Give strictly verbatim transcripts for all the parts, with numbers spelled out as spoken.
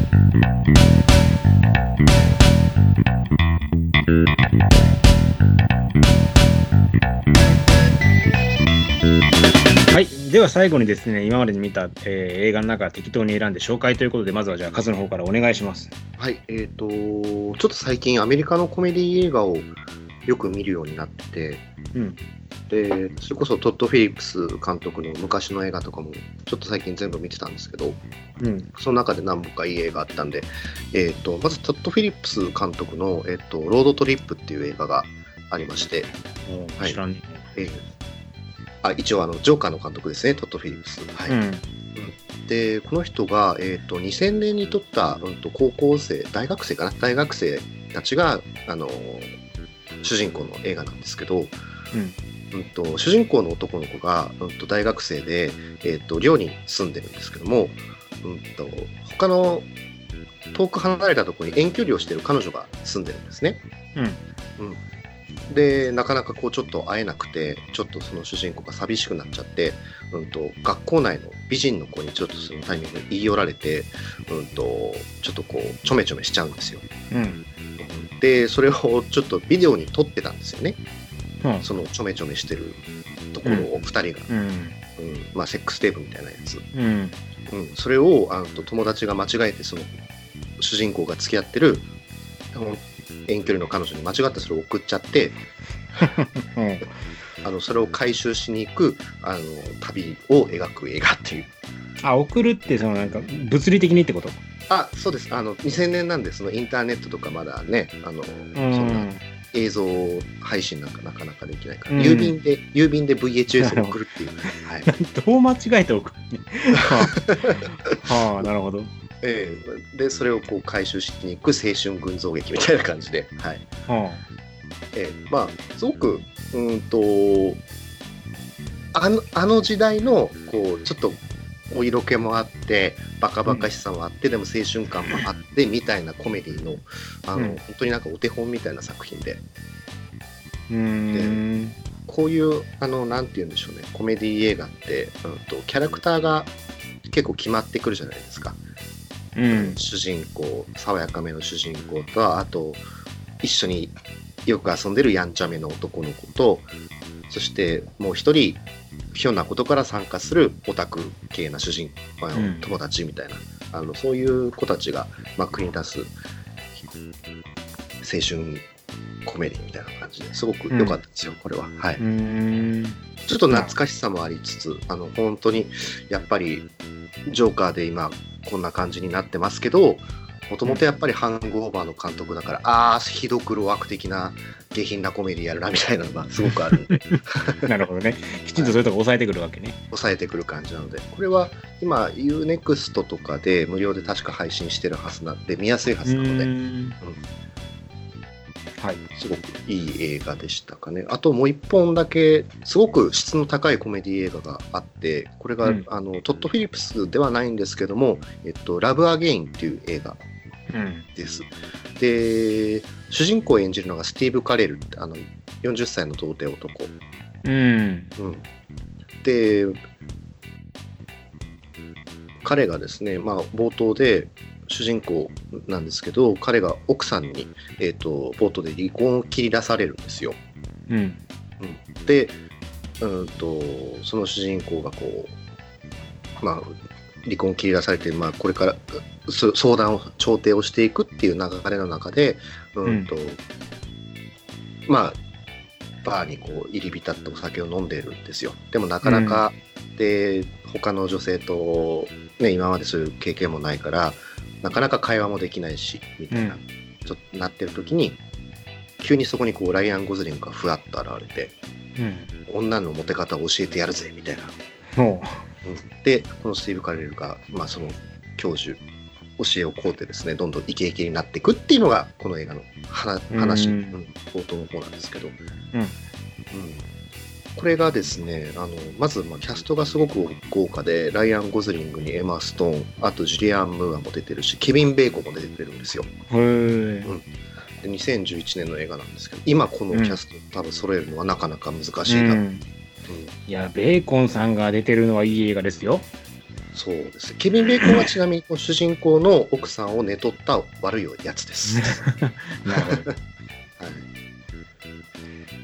はい、では最後にですね、今までに見た、えー映画の中適当に選んで紹介ということで、まずはじゃあカズの方からお願いします。 はい、えっ、と、ちょっと最近アメリカのコメディ映画をよく見るようになってて、 うん、 で、それこそトッド・フィリップス監督の昔の映画とかもちょっと最近全部見てたんですけど、 うん、 その中で何本かいい映画あったんで、えっ、と、まずトッド・フィリップス監督の、えっ、と、ロードトリップっていう映画がありまして、 お知らんね。 えーあ一応あのジョーカーの監督ですね、トッド・フィリップス。はい。 うん、 で、この人が、えー、とにせんねんに撮った、うん、と高校生、大学生かな、大学生たちが、あのー主人公の映画なんですけど、 うん、 うん、と主人公の男の子が、うん、と大学生で、えー、と寮に住んでるんですけども、うん、と他の遠く離れたところに遠距離をしている彼女が住んでるんですね。 うん、 うんでなかなかこうちょっと会えなくて、ちょっとその主人公が寂しくなっちゃって、うん、と学校内の美人の子にちょっとそのタイミングで言い寄られて、うん、とちょっとこうちょめちょめしちゃうんですよ。 うん、 でそれをちょっとビデオに撮ってたんですよね、 うん、 そのちょめちょめしてるところをふたりが、 うん、 うんまあ、セックステープみたいなやつ、 うん、 うん、それをあの友達が間違えて、その主人公が付き合ってる遠距離の彼女に間違ってそれを送っちゃってあのそれを回収しに行くあの旅を描く映画っていう。 あ、送るってそのなんか物理的にってこと？ あ、そうです。あのにせんねんなんで、そのインターネットとかまだね、あの、 うん、 そんな映像配信なんかなかなかできないから、 うん、 郵便で郵便で ブイエイチエス を送るっていう、はい、 どう間違えて送るね。はあ、なるほど。 ええ、でそれをこう回収しに行く青春群像劇みたいな感じで、はい、 はええ、まあすごくうんとあのあの時代のこうちょっとお色気もあってバカバカしさもあって、うん、でも青春感もあってみたいなコメディのあの、うん、本当になんかお手本みたいな作品で、 うーんでこういうあのなんて言うんでしょうね、コメディ映画って、うん、とキャラクターが結構決まってくるじゃないですか。 うん、 主人公、爽やかめの主人公と、あと一緒によく遊んでるやんちゃめの男の子と、そしてもう一人ひょんなことから参加するオタク系な主人公、うん、友達みたいな、あのそういう子たちが、まあ、繰り出す青春コメディみたいな感じですごく良かったですよ、うん、これは、はい、うーんちょっと懐かしさもありつつ、あの本当にやっぱりジョーカーで今こんな感じになってますけど、もともとやっぱりハングオーバーの監督だから、ああひどく路悪的な下品なコメディやるなみたいなのがすごくあるんでなるほどね、きちんとそういうとこ抑えてくるわけね、はい、 抑えてくる感じなので、これは今 ユーネクスト とかで無料で確か配信してるはずなんで見やすいはずなので、うん、はい、すごくいい映画でしたかね。あともう一本だけすごく質の高いコメディ映画があって、これが、うん、あのトッド・フィリップスではないんですけども、えっと、ラブ・アゲインっていう映画です、うん、で主人公を演じるのがスティーブ・カレルって、あのよんじゅっさいの童貞男、 うんうん、 で彼がですね、まあ、冒頭で主人公なんですけど、彼が奥さんに、えーと、冒頭で離婚を切り出されるんですよ、 うんうん、 でうんとその主人公がこう、まあ、離婚を切り出されて、まあ、これから相談を調停をしていくっていう流れの中で、うんとうん、まあバーにこう入り浸ってお酒を飲んでるんですよ。でもなかなか、うん、で他の女性と、ね、今までそういう経験もないからなかなか会話もできないしみたいな、うん、ちょっとなってる時に急にそこにこうライアン・ゴズリングがふわっと現れて、うん、女のモテ方を教えてやるぜみたいな、うん、でこのスティーブ・カレルが、まあ、その教授教えを請うてですね、どんどんイケイケになっていくっていうのがこの映画の話、うん、冒頭の方なんですけど、うんうん、これがですね、あのまずまあキャストがすごく豪華で、ライアン・ゴズリングにエマ・ストーン、あとジュリアン・ムーアも出てるし、ケビン・ベーコンも出てるんですよ。へー、うん、でにせんじゅういちねんの映画なんですけど、今このキャスト多分揃えるのはなかなか難しいな、うんうん、 いやベーコンさんが出てるのはいい映画ですよ。 そうです。ケビン・ベーコンはちなみに主人公の奥さんを寝取った悪いやつです。 なるほど。 はい、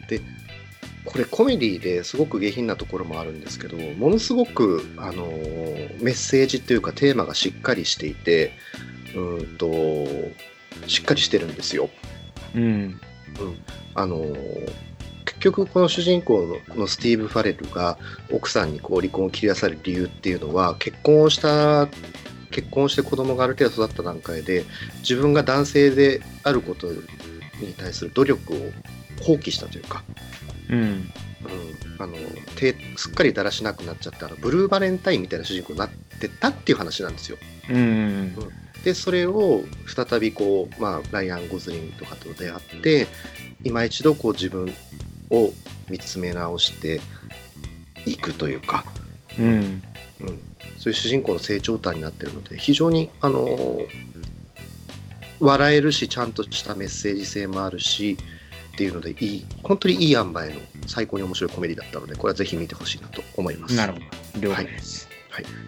でこれコメディですごく下品なところもあるんですけど、ものすごく、あのーメッセージというかテーマがしっかりしていて、うーんとしっかりしてるんですよ。 うんうんあのー結局この主人公 の, のスティーブ・ファレルが奥さんにこう離婚を切り出される理由っていうのは、結婚をした結婚して子供がある程度育った段階で自分が男性であることに対する努力を放棄したというか、 うんうんあのてすっかりだらしなくなっちゃって、あのブルーバレンタインみたいな主人公になってたっていう話なんですよ。 うんうんでそれを再びこう、まあ、ライアン・ゴズリングとかと出会って今一度こう自分を見つめ直していくというか、 うんうん、そういう主人公の成長譚になっているので、非常に、あのー笑えるしちゃんとしたメッセージ性もあるしっていうので、いい本当にいい塩梅の最高に面白いコメディだったので、これはぜひ見てほしいなと思います。 なるほど、了解です。 はいはい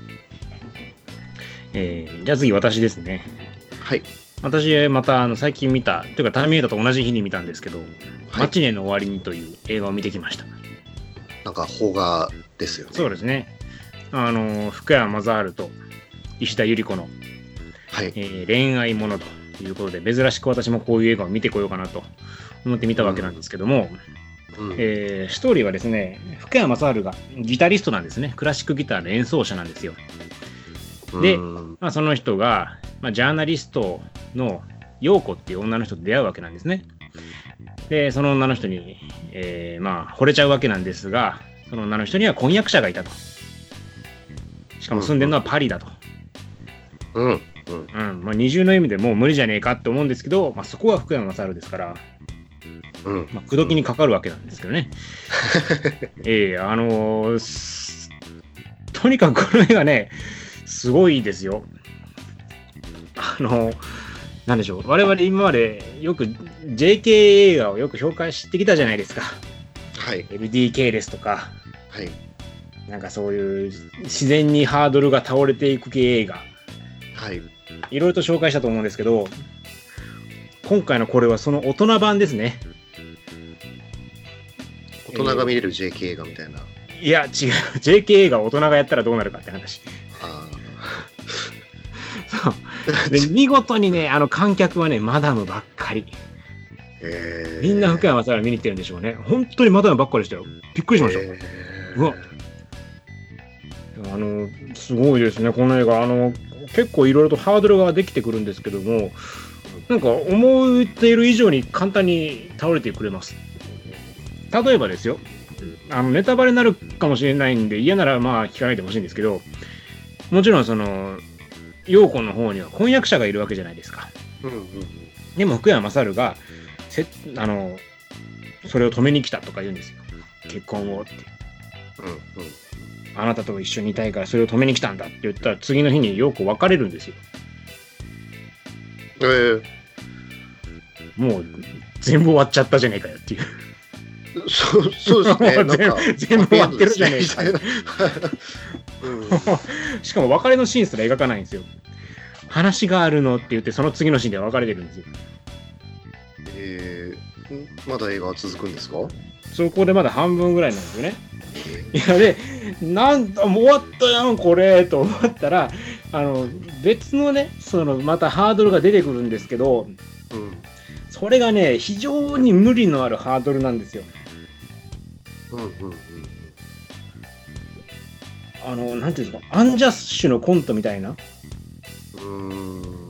えーじゃあ次私ですね。 はい、 私またあの最近見たというかターミネーターと同じ日に見たんですけど、 はいマチネの終わりにという映画を見てきました。 なんか邦画ですよね。 そうですね。あの福山雅治と石田ゆり子の、 はいえー恋愛ものということで、珍しく私もこういう映画を見てこようかなと思って見たわけなんですけども、 うんえーストーリーはですね、福山雅治がギタリストなんですね。クラシックギターの演奏者なんですよ。で、 うんまあ、その人が、まあ、ジャーナリストの陽子っていう女の人と出会うわけなんですね。で、その女の人に、えーまあ、惚れちゃうわけなんですが、その女の人には婚約者がいたと。しかも住んでるのはパリだと。 うんうんうんまあ、二重の意味でもう無理じゃねえかって思うんですけど、まあ、そこは福山雅治ですから、 うんまあ、口説きにかかるわけなんですけどね。ええあのーすとにかくこの映画ね、すごいですよ。あのーなんでしょう、我々今までよく ジェーケー 映画をよく紹介してきたじゃないですか。 はいエルディー 系列とか、 はいなんかそういう自然にハードルが倒れていく系映画、 はいいろいろと紹介したと思うんですけど、今回のこれはその大人版ですね。 大人が見れる ジェーケー 映画みたいな。 いや違う、ジェーケー 映画を大人がやったらどうなるかって話。 あそうで見事にね、あの観客はね、マダムばっかり。 えー、 みんな福山雅治見に来てるんでしょうね。本当にマダムばっかりでしたよ。びっくりしました。 えー、 うわあのすごいですね、この映画。あの結構いろいろとハードルができてくるんですけども、なんか思っている以上に簡単に倒れてくれます。例えばですよ、あのネタバレになるかもしれないんで嫌ならまあ聞かないでほしいんですけど、もちろんその陽子の方には婚約者がいるわけじゃないですか。 うんうんうん、 でも福山雅治がせあのそれを止めに来たとか言うんですよ。結婚をって、 うんうん、 あなたと一緒にいたいからそれを止めに来たんだって言ったら、次の日に陽子別れるんですよ。 えー、 もう全部終わっちゃったじゃねえかよっていう。 そうそうですね。なんか全部終わってるじゃねえかよ。 うん、 しかも別れのシーンすら描かないんですよ。話があるのって言ってその次のシーンで別れてるんですよ。 えー、まだ映画は続くんですか？ そこでまだ半分ぐらいなんですよね。いやで、なんだもう終わったやんこれと思ったら、あの別のね、そのまたハードルが出てくるんですけど、 うん、 それがね非常に無理のあるハードルなんですよ。 うんうんうん、 あのなんていうんですか、アンジャッシュのコントみたいな。 うーん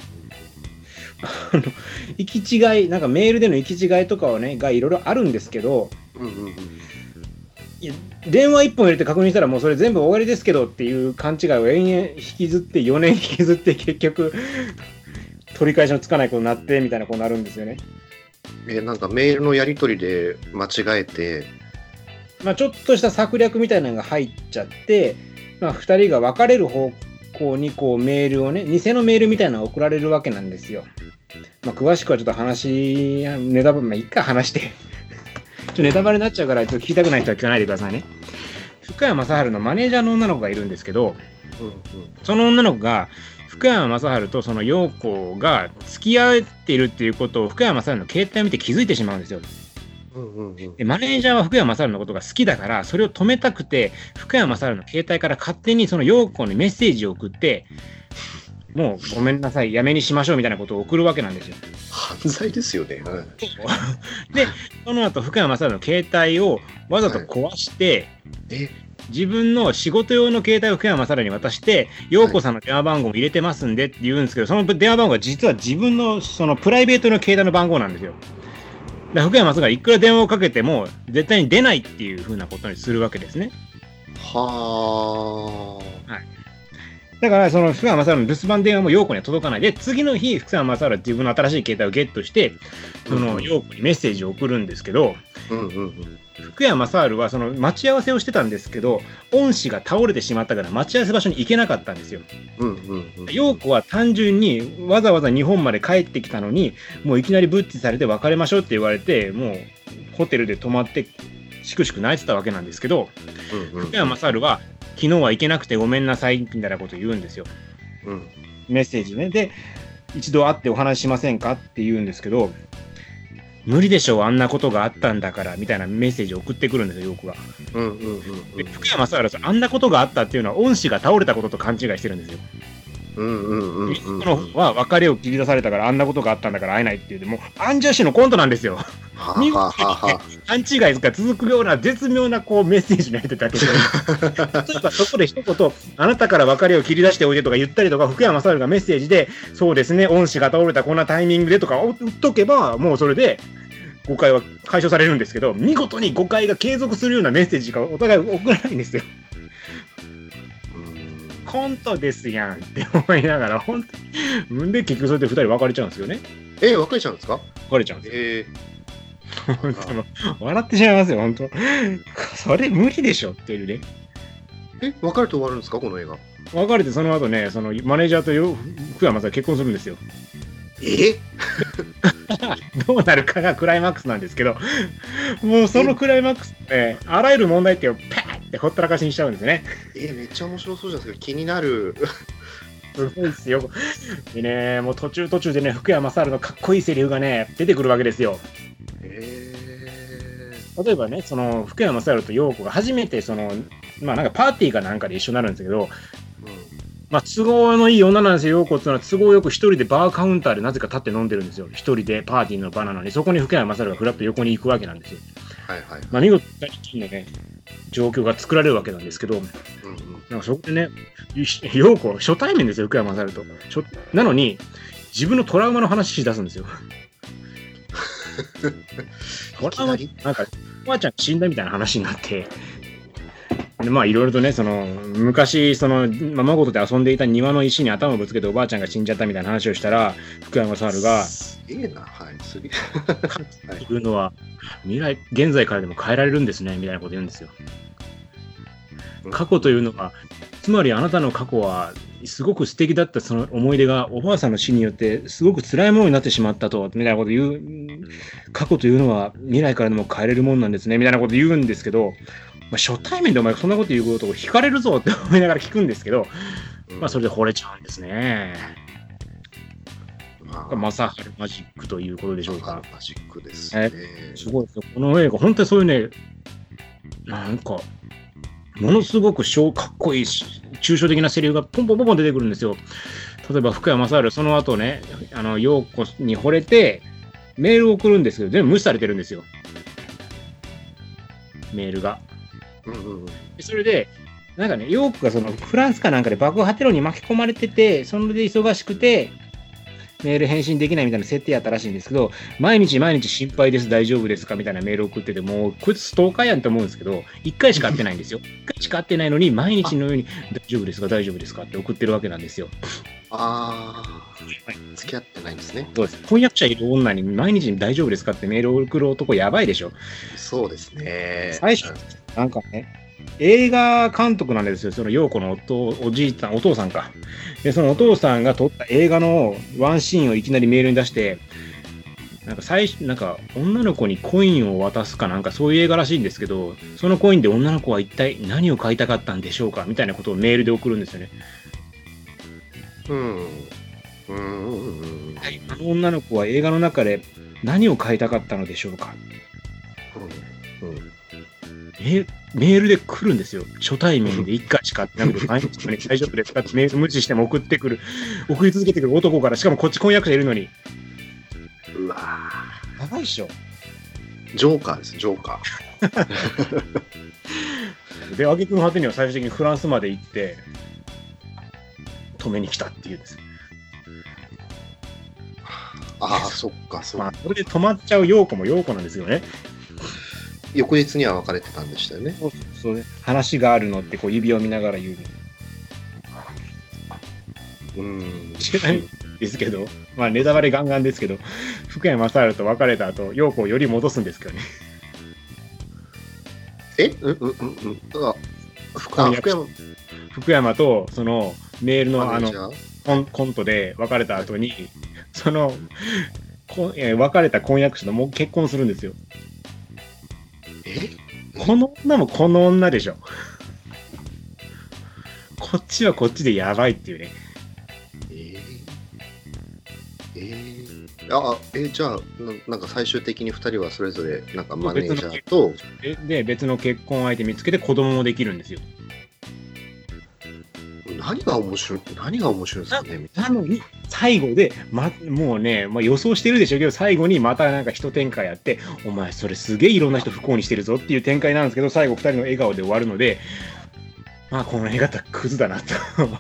あの行き違い、なんかメールでの行き違いとかはねがいろいろあるんですけど、 うんうんうん、 いや電話いっぽん入れて確認したらもうそれ全部終わりですけどっていう勘違いを延々引きずってよねん引きずって結局取り返しのつかないことになってみたいなことになるんですよね。 えなんかメールのやり取りで間違えて、 まあ、ちょっとした策略みたいなのが入っちゃって、まあ、ふたりが別れる方向にこうメールをね、偽のメールみたいなのが送られるわけなんですよ。まあ、詳しくはちょっと話、ネタバレ、まあ、一回話してちょっとネタバレになっちゃうからちょっと聞きたくない人は聞かないでくださいね。 福山雅治のマネージャーの女の子がいるんですけど、 うんうん、 その女の子が福山雅治とその陽子が付き合っているっていうことを福山雅治の携帯を見て気づいてしまうんですよ。 うんうんうん、 でマネージャーは福山雅治のことが好きだから、それを止めたくて福山雅治の携帯から勝手にその陽子にメッセージを送って、もうごめんなさい、やめにしましょうみたいなことを送るわけなんですよ。 犯罪ですよね。はい、 でその後福山雅治の携帯をわざと壊して、はい、 え自分の仕事用の携帯を福山雅治に渡して、陽子さんの電話番号も入れてますんでって言うんですけど、その電話番号は実は自分のそのプライベートの携帯の番号なんですよ。だ福山雅治がいくら電話をかけても絶対に出ないっていう風なことにするわけですね。 はあ、 はい。だからその福山雅治の留守番電話も陽子には届かないで、次の日福山雅治は自分の新しい携帯をゲットしてその陽子にメッセージを送るんですけど、 うんうんうん、 福山雅治はその待ち合わせをしてたんですけど、恩師が倒れてしまったから待ち合わせ場所に行けなかったんですよ。 うんうんうん、 陽子は単純にわざわざ日本まで帰ってきたのに、もういきなりブッチされて別れましょうって言われて、もうホテルで泊まってしくしく泣いてたわけなんですけど、うんうん、福山雅治は昨日は行けなくてごめんなさいみたいなことを言うんですよ、うん、メッセージね。で一度会ってお話しませんかって言うんですけど、無理でしょう、あんなことがあったんだからみたいなメッセージを送ってくるんですよ、陽子が。うんうんうんうん、で福山雅治はあんなことがあったっていうのは恩師が倒れたことと勘違いしてるんですよ。うんうんうんうん、そのは別れを切り出されたからあんなことがあったんだから会えないっていうでもアンジャッシュのコントなんですよ。見事に勘違いが続くような絶妙なこうメッセージのやりだけで、例えばそこで一言あなたから別れを切り出しておいでとか言ったりとか、福山雅治がメッセージでそうですね恩師が倒れたこんなタイミングでとか打っとけばもうそれで誤解は解消されるんですけど、見事に誤解が継続するようなメッセージがお互い送らないんですよ。コントですやんって思いながら、本当にで結局それでふたり別れちゃうんですよね。 えー、別れちゃうんですか？ 別れちゃうんですよ。 えー、笑ってしまいますよ本当。それ無理でしょっていうね。 え、別れて終わるんですかこの映画？ 別れてその後ね、そのマネージャーと福山さん結婚するんですよ。 えどうなるかがクライマックスなんですけど、もうそのクライマックスであらゆる問題点をパーってほったらかしにしちゃうんですね。 えめっちゃ面白そうじゃないですか。気になる。 すごいですよ。でね、もう途中途中でね、福山雅治のかっこいいセリフがね出てくるわけですよ。 え例えばね、その福山雅治と陽子が初めてそのまあなんかパーティーかなんかで一緒になるんですけど、うん、まあ都合のいい女なんですよ。陽子っていうのは都合よく一人でバーカウンターでなぜか立って飲んでるんですよ。一人でパーティーの場なのに、そこに福山雅治がフラッと横に行くわけなんですよ。はいはい。まあ見事にね状況が作られるわけなんですけど、うんうん、なんかそこでね、陽子初対面ですよ福山雅治と。なのに自分のトラウマの話し出すんですよ。トラウマなんかおばあちゃん死んだみたいな話になって。でまあいろいろとね、その昔そのままごとで遊んでいた庭の石に頭をぶつけておばあちゃんが死んじゃったみたいな話をしたら、福山雅治がすげえな、はい、すげえというのは未来現在からでも変えられるんですねみたいなこと言うんですよ。過去というのはつまりあなたの過去はすごく素敵だったその思い出がおばあさんの死によってすごく辛いものになってしまったとみたいなこと言う。過去というのは未来からでも変えれるもんなんですねみたいなこと言うんですけど、まあ、初対面でお前そんなこと言うことを惹かれるぞって思いながら聞くんですけど、まあそれで惚れちゃうんですね。まあ、正治マジックということでしょうか。 マジックですね。 えー、すごいですよ。この映画本当にそういうね、なんかものすごくかっこいいし抽象的なセリフがポンポンポンポン出てくるんですよ。例えば福山雅治その後ね、あの陽子に惚れてメールを送るんですけど全部無視されてるんですよ、メールが。うんうんうん、それでなんかね、陽子がそのフランスかなんかで爆破テロに巻き込まれてて、それで忙しくてメール返信できないみたいな設定やったらしいんですけど、毎日毎日心配です大丈夫ですかみたいなメールを送ってて、もうこいつストーカーやんと思うんですけど、いっかいしか会ってないんですよ。いっかいしか会ってないのに毎日のように大丈夫ですか大丈夫ですかって送ってるわけなんですよ。 ああ、付き合ってないんですね。 そうです。婚約者いる女に毎日に大丈夫ですかってメールを送る男やばいでしょ。 そうですね。 最初なんかね、映画監督なんですよ、その陽子の お, おじいさん、お父さんか。で、そのお父さんが撮った映画のワンシーンをいきなりメールに出して、 なんか最初なんか女の子にコインを渡すかなんかそういう映画らしいんですけど、そのコインで女の子は一体何を買いたかったんでしょうかみたいなことをメールで送るんですよね。 うんうんうんうん、 はい、あの女の子は映画の中で何を買いたかったのでしょうか。 うんうん、 えメールで来るんですよ。初対面でいっかいしか会ってなくて、毎日に大丈夫ですかってメール無視しても送ってくる、送り続けてくる男から、しかもこっち婚約者いるのに。 うわぁ。やばいっしょ。 ジョーカーです、ジョーカー。で、挙句の果てには最終的にフランスまで行って、止めに来たっていうんです。 ああ、そっか、そっか。 まあ、それで止まっちゃう陽子も陽子なんですよね。 翌日には別れてたんでしたよね。 そうそうね。話があるのってこう指を見ながら言うの。うん。知らないですけど、まあネタバレガンガンですけど、福山雅治と別れた後、陽子をより戻すんですけどね。 えうんうんうんうん。あ、福山福山とそのメールのあのコン、コントで別れた後に、そのこえ別れた婚約者ともう結婚するんですよ。 えこの女もこの女でしょ。こっちはこっちでやばいっていうね。 えー、えー、あえじゃあな、なんか最終的にふたりはそれぞれなんかマネージャーとで別の結婚相手見つけて子供もできるんですよ。 何が面白い何が面白いですかね。 なのに最後で、ま、もうね、まあ、予想してるでしょうけど、最後にまたなんか一展開やって、お前それすげえいろんな人不幸にしてるぞっていう展開なんですけど、最後ふたりの笑顔で終わるので、まあこの映画ってクズだなと。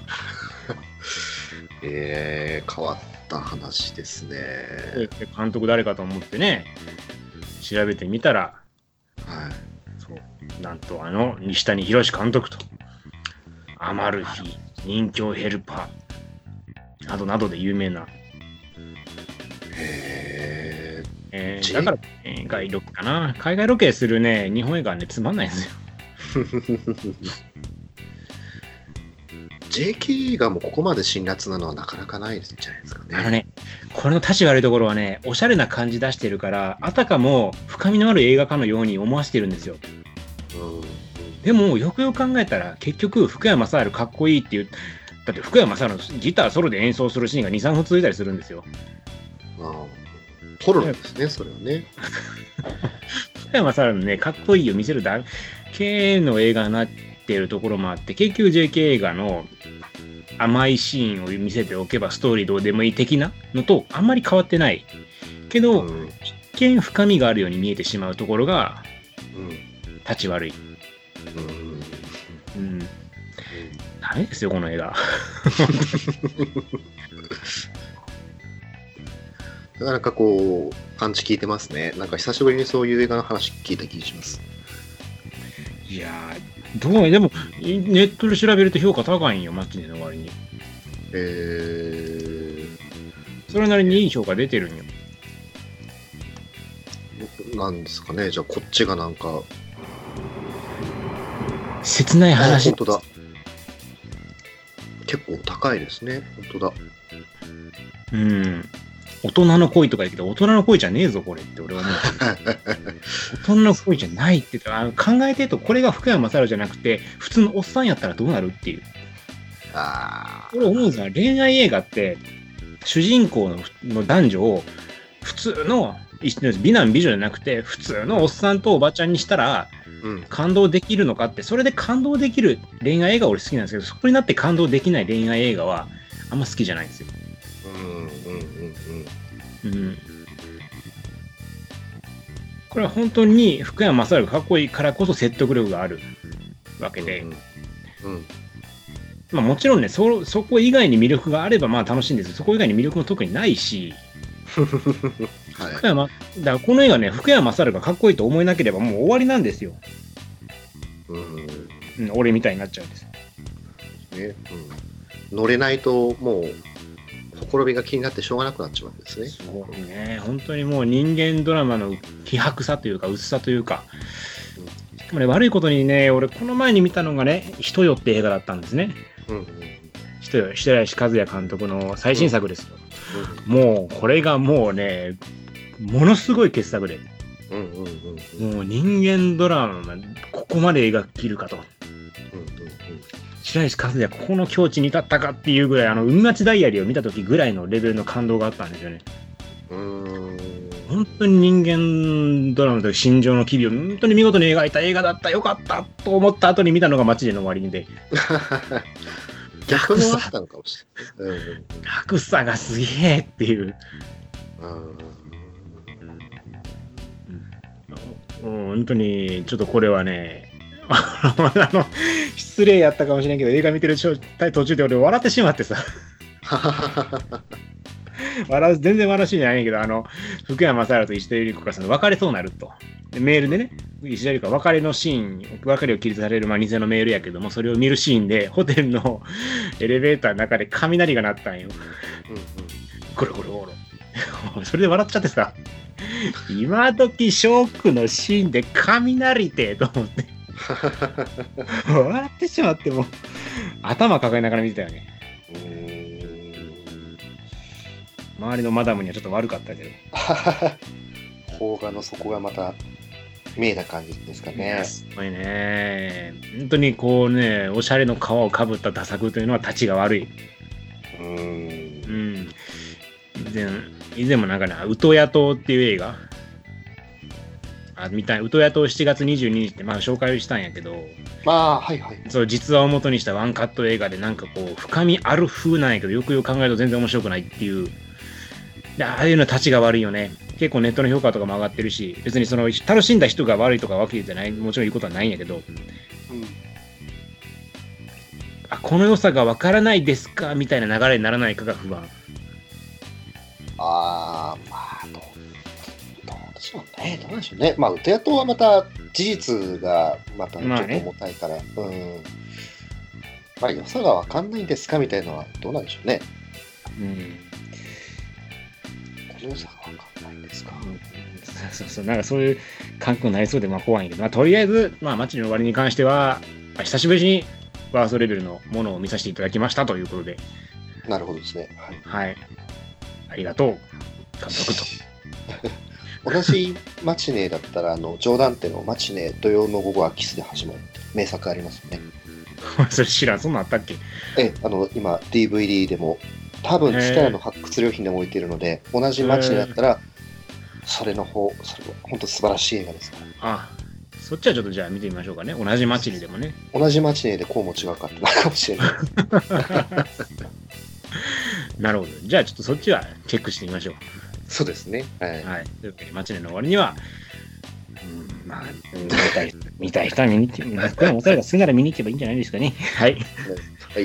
えー、変わった話ですね。 監督誰かと思ってね、調べてみたら、 はい、 そうなんとあの西谷宏監督と、アマルフィ、任侠ヘルパーなどなどで有名な。 へー、 えー、だから海外ロケかな。海外ロケするね、日本映画はね、つまんないんですよ。 ジェーケー 映画もここまで辛辣なのはなかなかないんじゃないですかね。 あのね、これの立ち悪いところはね、おしゃれな感じ出してるから、あたかも深みのある映画かのように思わせてるんですよ。うん、でも、よくよく考えたら、結局、福山雅治かっこいいっていう、だって福山雅治のギターソロで演奏するシーンがに、さんぷん続いたりするんですよ。 ああ、撮るんですね、それはね。 福山雅治のね、かっこいいを見せるだけの映画になっているところもあって、結局 ジェーケー 映画の甘いシーンを見せておけばストーリーどうでもいい的なのとあんまり変わってないけど、うん、一見深みがあるように見えてしまうところが、うん、立ち悪い。うん。うん。ダメですよ、この映画。 なかなかこう、パンチ効いてますね。なんか久しぶりにそういう映画の話聞いた気がします。 いやー、どうでも、ネットで調べると評価高いんよ、マッチネの割に。 えー、 それなりにいい評価出てるんよ。 なんですかね、じゃあこっちがなんか。 切ない話。 本当だ。結構高いですね、本当だ。 うん。大人の恋とか言うけど、大人の恋じゃねえぞ、これって俺は思う。大人の恋じゃないってあの考えてると、これが福山雅治じゃなくて、普通のおっさんやったらどうなるっていう。 ああ。 俺思うんですが、恋愛映画って、主人公 の, の男女を、普通の、美男美女じゃなくて、普通のおっさんとおばちゃんにしたら、うん、感動できるのかって、それで感動できる恋愛映画俺好きなんですけど、そこになって感動できない恋愛映画は、あんま好きじゃないんですよ。うんうんうんうんうん、これは本当に福山雅治がかっこいいからこそ説得力があるわけで、うんうんまあ、もちろんね そ, そこ以外に魅力があればまあ楽しいんです。そこ以外に魅力も特にないし、はい、福山だからこの映画ね、福山雅治がかっこいいと思えなければもう終わりなんですよ、うんうん、俺みたいになっちゃうんです、 ねうん、乗れないともうほころびが気になってしょうがなくなっちまうんですね。 そうね、本当にもう人間ドラマの希薄さというか薄さというか、しかもね悪いことにね、俺この前に見たのがね、人よって映画だったんですね。うんうん、人よ、白石和也監督の最新作ですよ。うんうん、もうこれがもうね、 ものすごい傑作で、 うんうんうんうん、 もう人間ドラマここまで描き切るかと、うんうんうん、白石和也ここの境地に立ったかっていうぐらい、あの海町ダイアリーを見た時ぐらいのレベルの感動があったんですよね。うーん、本当に人間ドラマという心情の機微を本当に見事に描いた映画だった、よかったと思った後に見たのが街での終わりで逆さったのかもしれない、うんうん、 落差がすげえっていう、うん、もう本当にちょっとこれはねあの失礼やったかもしれんけど、映画見てる途中で俺笑ってしまってさ笑う全然笑うシーンじゃないんやけど、あの福山雅治と石田ゆり子がその別れそうになると、でメールでね、石田ゆり子が別れのシーン、別れを切りされる、まあ、偽のメールやけども、それを見るシーンでホテルのエレベーターの中で雷が鳴ったんよ。うんうん、ゴロゴロゴロそれで笑っちゃってさ、今時ショックのシーンで雷ってと思って笑ってしまって、もう頭抱えながら見てたよね。周りのマダムにはちょっと悪かったけど邦画の底がまた見えた感じですかね。 すごいね。本当にこうね、おしゃれの皮をかぶったダ作というのは立ちが悪い。うーん、うん、以前以前もなんかね、ウトヤ島っていう映画あみたい、ウトヤ島しちがつにじゅうににちってまあ紹介したんやけど、 まあはいはい、 そう実話を元にしたワンカット映画で、なんかこう深みある風なんやけど、よくよく考えると全然面白くないっていう。ああいうの立ちが悪いよね。結構ネットの評価とかも上がってるし、別にその楽しんだ人が悪いとかわけじゃない、もちろん言うことはないんやけど、うん、あこの良さがわからないですかみたいな流れにならないかが不安。 ああ、まあどう、どうでしょうね。どうでしょうね。まあウトヤ島はまた事実がまたちょっと重たいから、まあ、ね、うん。まあ良さがわかんないんですかみたいなのはどうなんでしょうね。うん。良さが分かんないですか、うん、 そうそう、なんかそういう感覚になりそうでまあ怖いんやけど、まあ、とりあえず、まあ、街の終わりに関しては、まあ、久しぶりにワーストレベルのものを見させていただきましたということで。 なるほどですね。はい。はい、 ありがとう、監督と。同じマチネだったら、あの冗談ってのマチネ土曜の午後はキスで始まる名作ありますよね。 それ知らん、そんなんあったっけ？ え、あの今 ディーブイディー でも多分ツタヤの発掘良品でも置いてるので、同じマチネだったらそれの方、それは本当素晴らしい映画ですから。 ああ、そっちはちょっとじゃあ見てみましょうかね。同じマチネでもね。 同じマチネでこうも違うかってなるかもしれない。 なるほど。じゃあちょっとそっちはチェックしてみましょう。 そうですね。はい。はい、 というわけでマチネの終わりには、うん、まあ見たい見たい人は見に行って、これもおさらが好きなら見に行けばいいんじゃないですかね。はい。はい。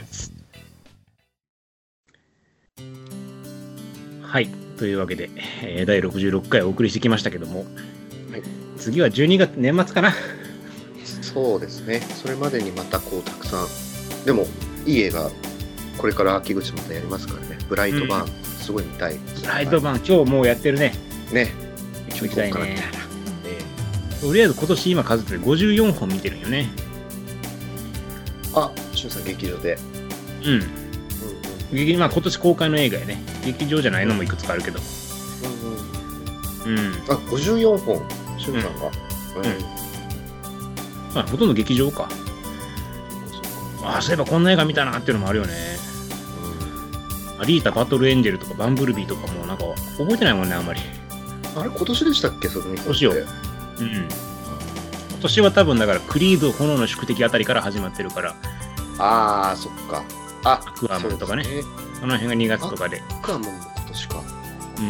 はい、というわけで、えー、だいろくじゅうろっかいお送りしてきましたけども、はい、次はじゅうにがつ、年末かな。 そうですね。それまでにまたこうたくさん、でもいい映画これから秋口またやりますからね。ブライトバーン、うん、すごい見たい。 ブライトバーン、今日もうやってるね。 ね。 行きたいね。とりあえず今年今数えてごじゅうよんほん見てるんよね。 あ、しゅんさん劇場で。 うん。まあ、今年公開の映画やね。劇場じゃないのもいくつかあるけど。 うんうんうん、あ、ごじゅうよんほん、しゅんさんが。うん。うん、 まあ、ほとんど劇場か。ああ、そういえばこんな映画見たなっていうのもあるよね。うん、アリータ・バトル・エンジェルとかバンブルビーとかもなんか覚えてないもんね、あんまり。 あれ、今年でしたっけ、それ見たって。 今年よ。うん。今年は多分だから、クリード・炎の宿敵あたりから始まってるから。 ああ、そっか。あ、 アクアマンとかね。そ, ねその辺がにがつとかで。 アクアマンも今年か。うん。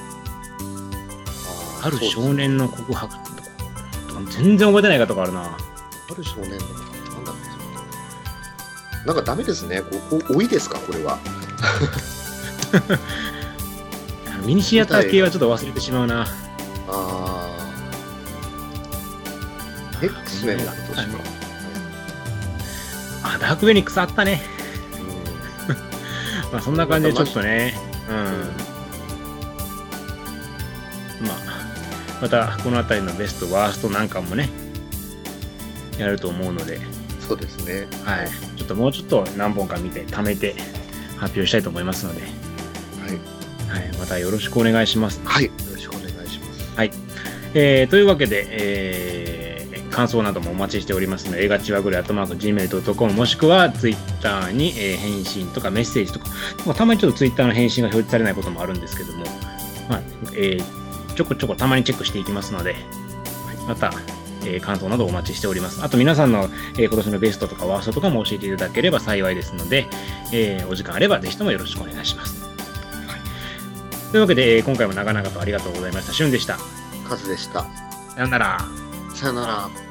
あ, ある少年の告白とか。全然覚えてないかとかあるな。ある少年の告白ってなんだっけ。なんかダメですね。お多いですかこれは。 ミニシアター系はちょっと忘れてしまうな。ああ。X メンが今年か。 あ、ダークフェニックスあったね。まあそんな感じでちょっとね、うん、まあまたこの辺りのベストワーストなんかもねやると思うので、 そうですね。 はい。ちょっともうちょっと何本か見て貯めて発表したいと思いますので、ははい、またよろしくお願いします。 はい、よろしくお願いします。 はい、えー、というわけで、えー、感想などもお待ちしておりますので、映画ちわぐれ アットマークジーメールドットコム もしくはツイッターに、えー、返信とかメッセージとか、まあ、たまにちょっとツイッターの返信が表示されないこともあるんですけども、まあえー、ちょこちょこたまにチェックしていきますので、また、えー、感想などお待ちしております。あと皆さんの、えー、今年のベストとかワーストとかも教えていただければ幸いですので、えー、お時間あればぜひともよろしくお願いします。はい、というわけで、えー、今回も長々とありがとうございました。しゅんでした。 カズでした。 さよなら。 さよなら。